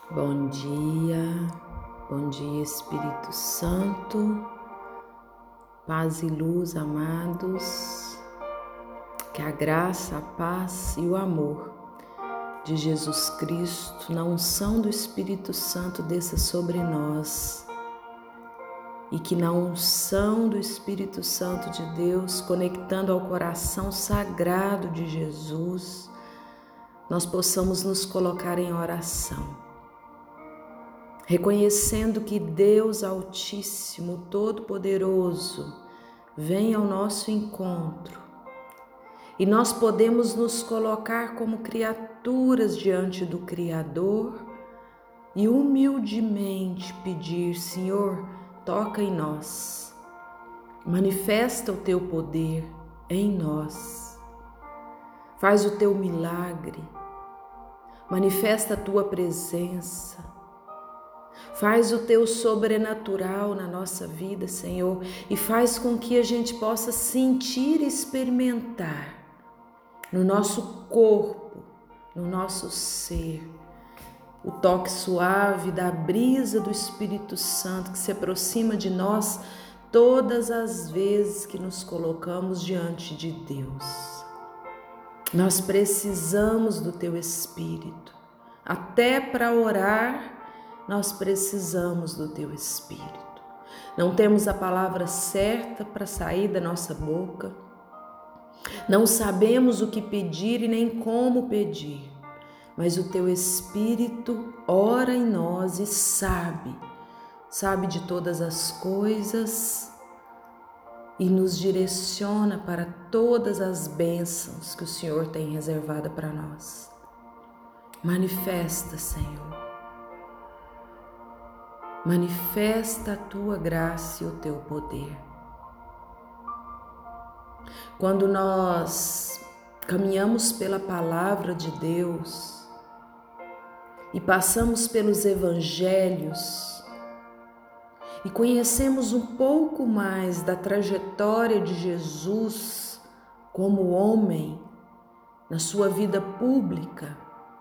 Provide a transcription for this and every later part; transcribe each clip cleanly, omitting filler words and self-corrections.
Bom dia Espírito Santo, paz e luz, amados, que a graça, a paz e o amor de Jesus Cristo, na unção do Espírito Santo desça sobre nós e que na unção do Espírito Santo de Deus, conectando ao coração sagrado de Jesus, nós possamos nos colocar em oração, reconhecendo que Deus Altíssimo, Todo-Poderoso, vem ao nosso encontro e nós podemos nos colocar como criaturas diante do Criador e humildemente pedir: Senhor, toca em nós, manifesta o teu poder em nós, faz o teu milagre, manifesta a tua presença, faz o teu sobrenatural na nossa vida, Senhor, e faz com que a gente possa sentir e experimentar no nosso corpo, no nosso ser, o toque suave da brisa do Espírito Santo que se aproxima de nós todas as vezes que nos colocamos diante de Deus. Nós precisamos do teu Espírito. Até para orar, nós precisamos do teu Espírito. Não temos a palavra certa para sair da nossa boca. Não sabemos o que pedir e nem como pedir. Mas o teu Espírito ora em nós e sabe de todas as coisas e nos direciona para todas as bênçãos que o Senhor tem reservada para nós. Manifesta, Senhor. Manifesta a tua graça e o teu poder. Quando nós caminhamos pela palavra de Deus e passamos pelos evangelhos e conhecemos um pouco mais da trajetória de Jesus como homem na sua vida pública,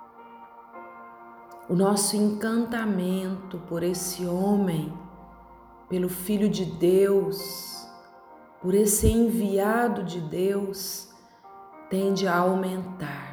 o nosso encantamento por esse homem, pelo Filho de Deus, por esse enviado de Deus, tende a aumentar.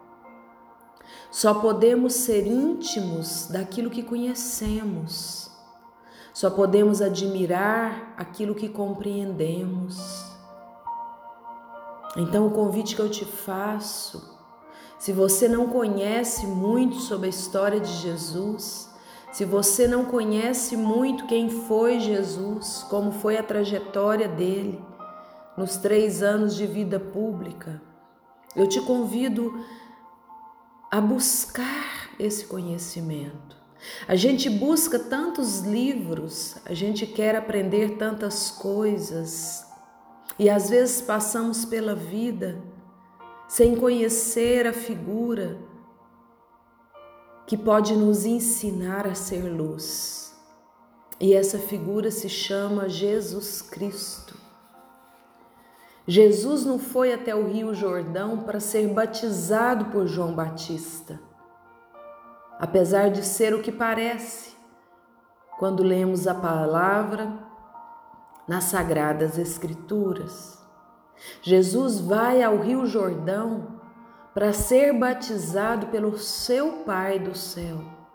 Só podemos ser íntimos daquilo que conhecemos, só podemos admirar aquilo que compreendemos. Então o convite que eu te faço, se você não conhece muito sobre a história de Jesus, se você não conhece muito quem foi Jesus, como foi a trajetória dele nos 3 anos de vida pública, eu te convido a buscar esse conhecimento. A gente busca tantos livros, a gente quer aprender tantas coisas e às vezes passamos pela vida sem conhecer a figura que pode nos ensinar a ser luz. E essa figura se chama Jesus Cristo. Jesus não foi até o Rio Jordão para ser batizado por João Batista, apesar de ser o que parece quando lemos a palavra nas Sagradas Escrituras. Jesus vai ao Rio Jordão para ser batizado pelo seu Pai do céu.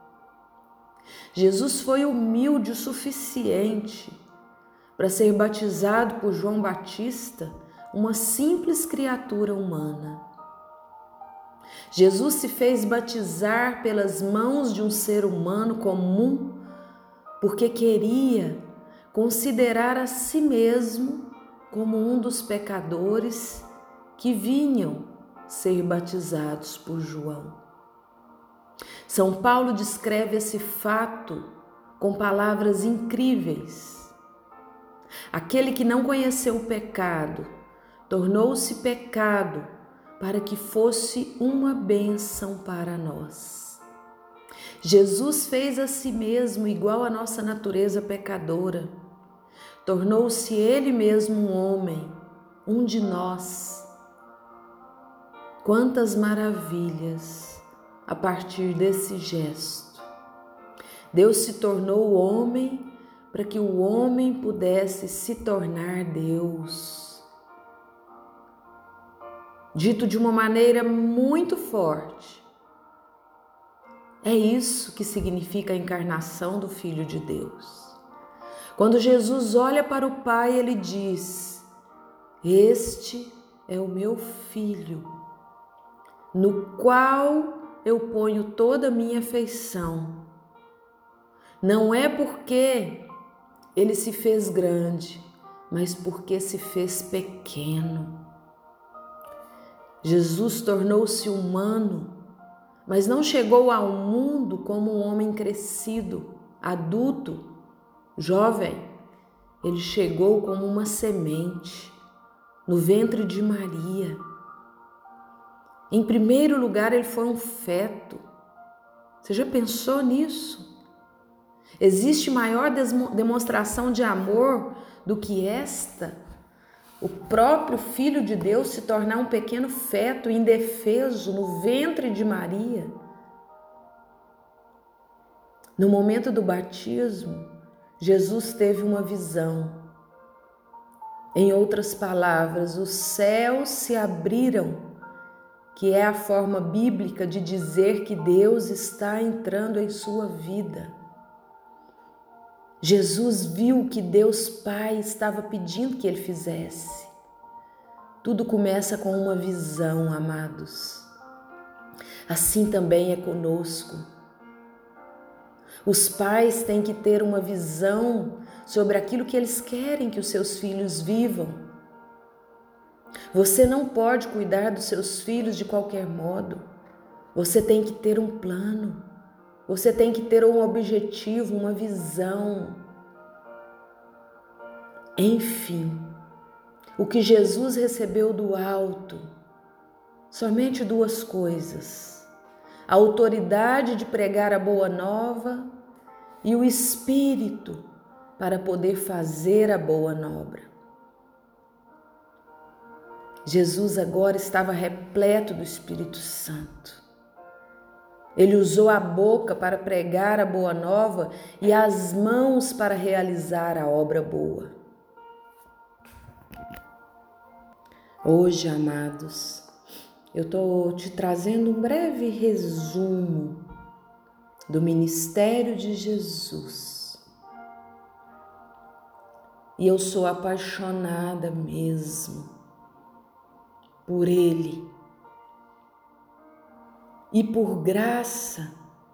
Jesus foi humilde o suficiente para ser batizado por João Batista, uma simples criatura humana. Jesus se fez batizar pelas mãos de um ser humano comum porque queria considerar a si mesmo como um dos pecadores que vinham ser batizados por João. São Paulo descreve esse fato com palavras incríveis. Aquele que não conheceu o pecado tornou-se pecado para que fosse uma bênção para nós. Jesus fez a si mesmo igual à nossa natureza pecadora. Tornou-se ele mesmo um homem, um de nós. Quantas maravilhas a partir desse gesto. Deus se tornou homem para que o homem pudesse se tornar Deus. Dito de uma maneira muito forte, é isso que significa a encarnação do Filho de Deus. Quando Jesus olha para o Pai, ele diz: este é o meu Filho, no qual eu ponho toda a minha afeição. Não é porque ele se fez grande, mas porque se fez pequeno. Jesus tornou-se humano, mas não chegou ao mundo como um homem crescido, adulto, jovem. Ele chegou como uma semente no ventre de Maria. Em primeiro lugar, ele foi um feto. Você já pensou nisso? Existe maior demonstração de amor do que esta? O próprio Filho de Deus se tornar um pequeno feto indefeso no ventre de Maria. No momento do batismo, Jesus teve uma visão. Em outras palavras, os céus se abriram, que é a forma bíblica de dizer que Deus está entrando em sua vida. Jesus viu o que Deus Pai estava pedindo que ele fizesse. Tudo começa com uma visão, amados. Assim também é conosco. Os pais têm que ter uma visão sobre aquilo que eles querem que os seus filhos vivam. Você não pode cuidar dos seus filhos de qualquer modo. Você tem que ter um plano. Você tem que ter um objetivo, uma visão. Enfim, o que Jesus recebeu do alto, somente duas coisas: a autoridade de pregar a boa nova e o Espírito para poder fazer a boa obra. Jesus agora estava repleto do Espírito Santo. Ele usou a boca para pregar a boa nova e as mãos para realizar a obra boa. Hoje, amados, eu estou te trazendo um breve resumo do ministério de Jesus. E eu sou apaixonada mesmo por Ele. E por graça,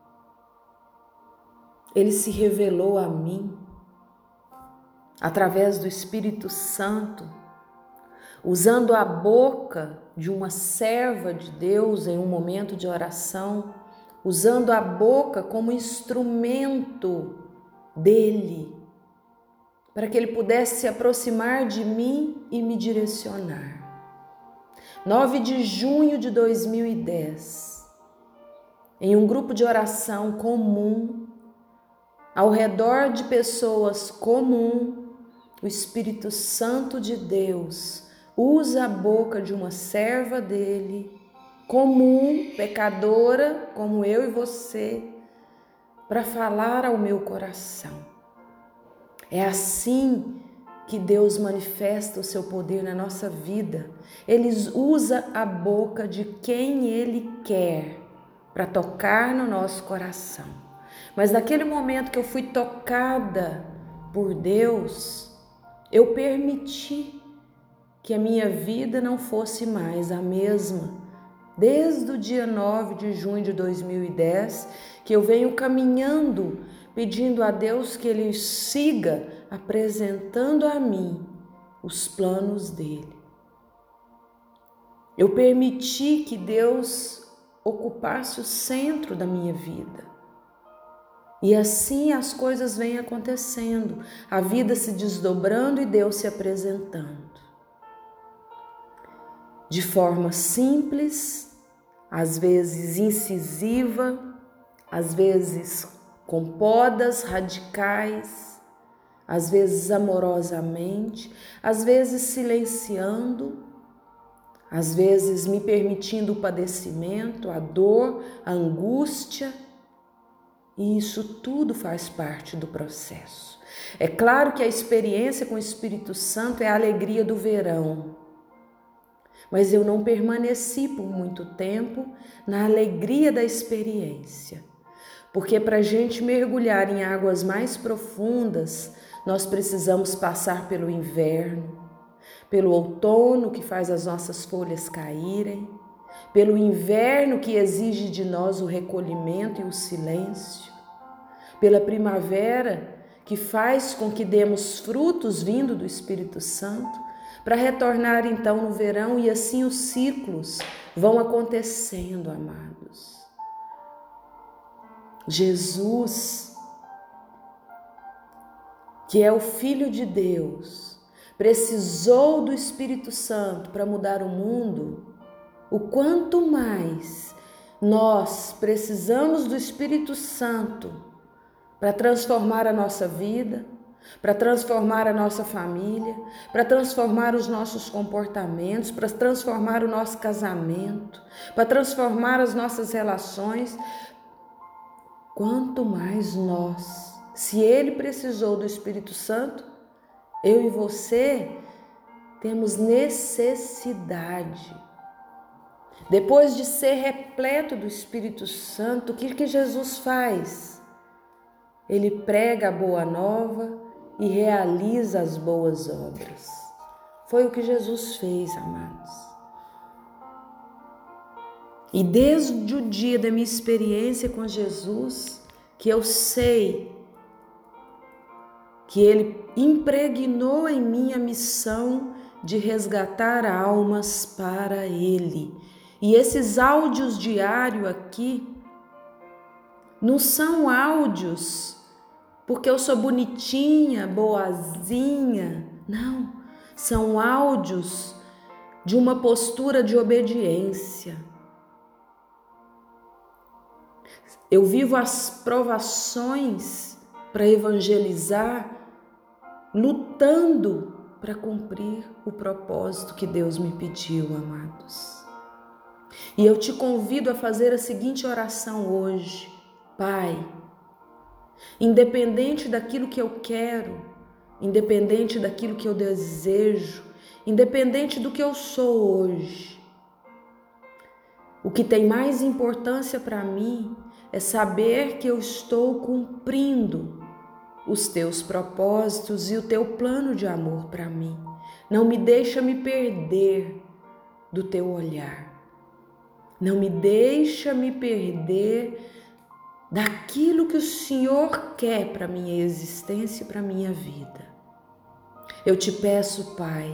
Ele se revelou a mim, através do Espírito Santo, usando a boca de uma serva de Deus em um momento de oração, usando a boca como instrumento dele, para que ele pudesse se aproximar de mim e me direcionar. 9 de junho de 2010, em um grupo de oração comum, ao redor de pessoas comuns, o Espírito Santo de Deus usa a boca de uma serva dele, comum, pecadora, como eu e você, para falar ao meu coração. É assim que Deus manifesta o seu poder na nossa vida. Ele usa a boca de quem Ele quer para tocar no nosso coração. Mas naquele momento que eu fui tocada por Deus, eu permiti que a minha vida não fosse mais a mesma. Desde o dia 9 de junho de 2010, que eu venho caminhando, pedindo a Deus que Ele siga apresentando a mim os planos dEle. Eu permiti que Deus ocupasse o centro da minha vida. E assim as coisas vêm acontecendo, a vida se desdobrando e Deus se apresentando. De forma simples, às vezes incisiva, às vezes com podas radicais, às vezes amorosamente, às vezes silenciando, às vezes me permitindo o padecimento, a dor, a angústia, E isso tudo faz parte do processo. É claro que a experiência com o Espírito Santo é a alegria do verão. Mas eu não permaneci por muito tempo na alegria da experiência. Porque para a gente mergulhar em águas mais profundas, nós precisamos passar pelo inverno, pelo outono que faz as nossas folhas caírem, pelo inverno que exige de nós o recolhimento e o silêncio, pela primavera que faz com que demos frutos vindo do Espírito Santo, para retornar então no verão, e assim os ciclos vão acontecendo, amados. Jesus, que é o Filho de Deus, precisou do Espírito Santo para mudar o mundo. O quanto mais nós precisamos do Espírito Santo para transformar a nossa vida, para transformar a nossa família, para transformar os nossos comportamentos, para transformar o nosso casamento, para transformar as nossas relações. Quanto mais nós, se Ele precisou do Espírito Santo, eu e você temos necessidade. Depois de ser repleto do Espírito Santo, o que Jesus faz? Ele prega a boa nova e realiza as boas obras. Foi o que Jesus fez, amados. E desde o dia da minha experiência com Jesus, que eu sei que Ele impregnou em mim a missão de resgatar almas para Ele. E esses áudios diários aqui não são áudios porque eu sou bonitinha, boazinha. Não, são áudios de uma postura de obediência. Eu vivo as provações para evangelizar, lutando para cumprir o propósito que Deus me pediu, amados. E eu te convido a fazer a seguinte oração hoje. Pai, independente daquilo que eu quero, independente daquilo que eu desejo, independente do que eu sou hoje, o que tem mais importância para mim é saber que eu estou cumprindo os teus propósitos e o teu plano de amor para mim. Não me deixa me perder do teu olhar. Não me deixa me perder daquilo que o Senhor quer para minha existência e para minha vida. Eu te peço, Pai,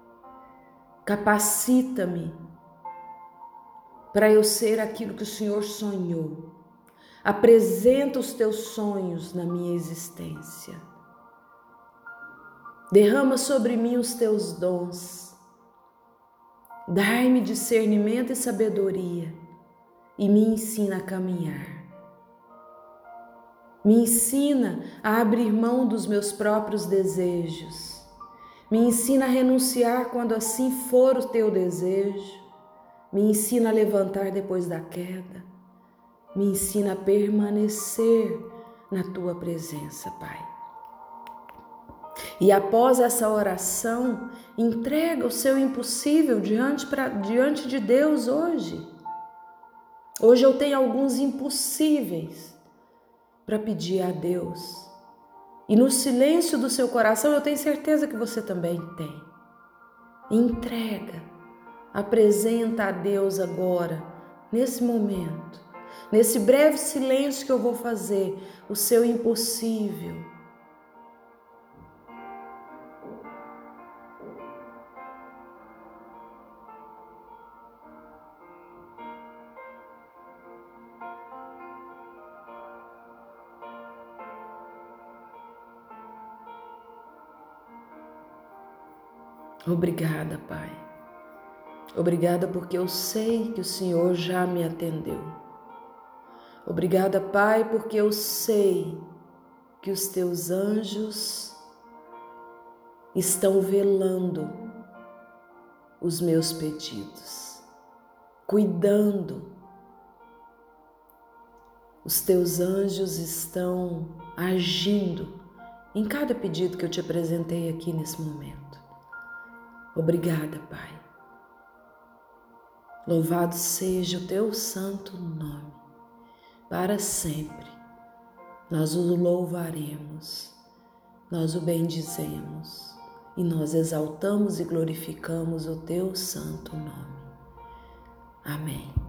capacita-me para eu ser aquilo que o Senhor sonhou. Apresenta os teus sonhos na minha existência. Derrama sobre mim os teus dons. Dai-me discernimento e sabedoria e me ensina a caminhar. Me ensina a abrir mão dos meus próprios desejos. Me ensina a renunciar quando assim for o teu desejo. Me ensina a levantar depois da queda. Me ensina a permanecer na tua presença, Pai. E após essa oração, entrega o seu impossível diante de Deus hoje. Hoje eu tenho alguns impossíveis para pedir a Deus. E no silêncio do seu coração, eu tenho certeza que você também tem. Entrega, apresenta a Deus agora, nesse momento, nesse breve silêncio que eu vou fazer, o seu impossível. Obrigada, Pai. Obrigada porque eu sei que o Senhor já me atendeu. Obrigada, Pai, porque eu sei que os teus anjos estão velando os meus pedidos, cuidando Os teus anjos estão agindo em cada pedido que eu te apresentei aqui nesse momento. Obrigada, Pai. Louvado seja o teu santo nome. Para sempre nós o louvaremos, nós o bendizemos e nós exaltamos e glorificamos o teu santo nome. Amém.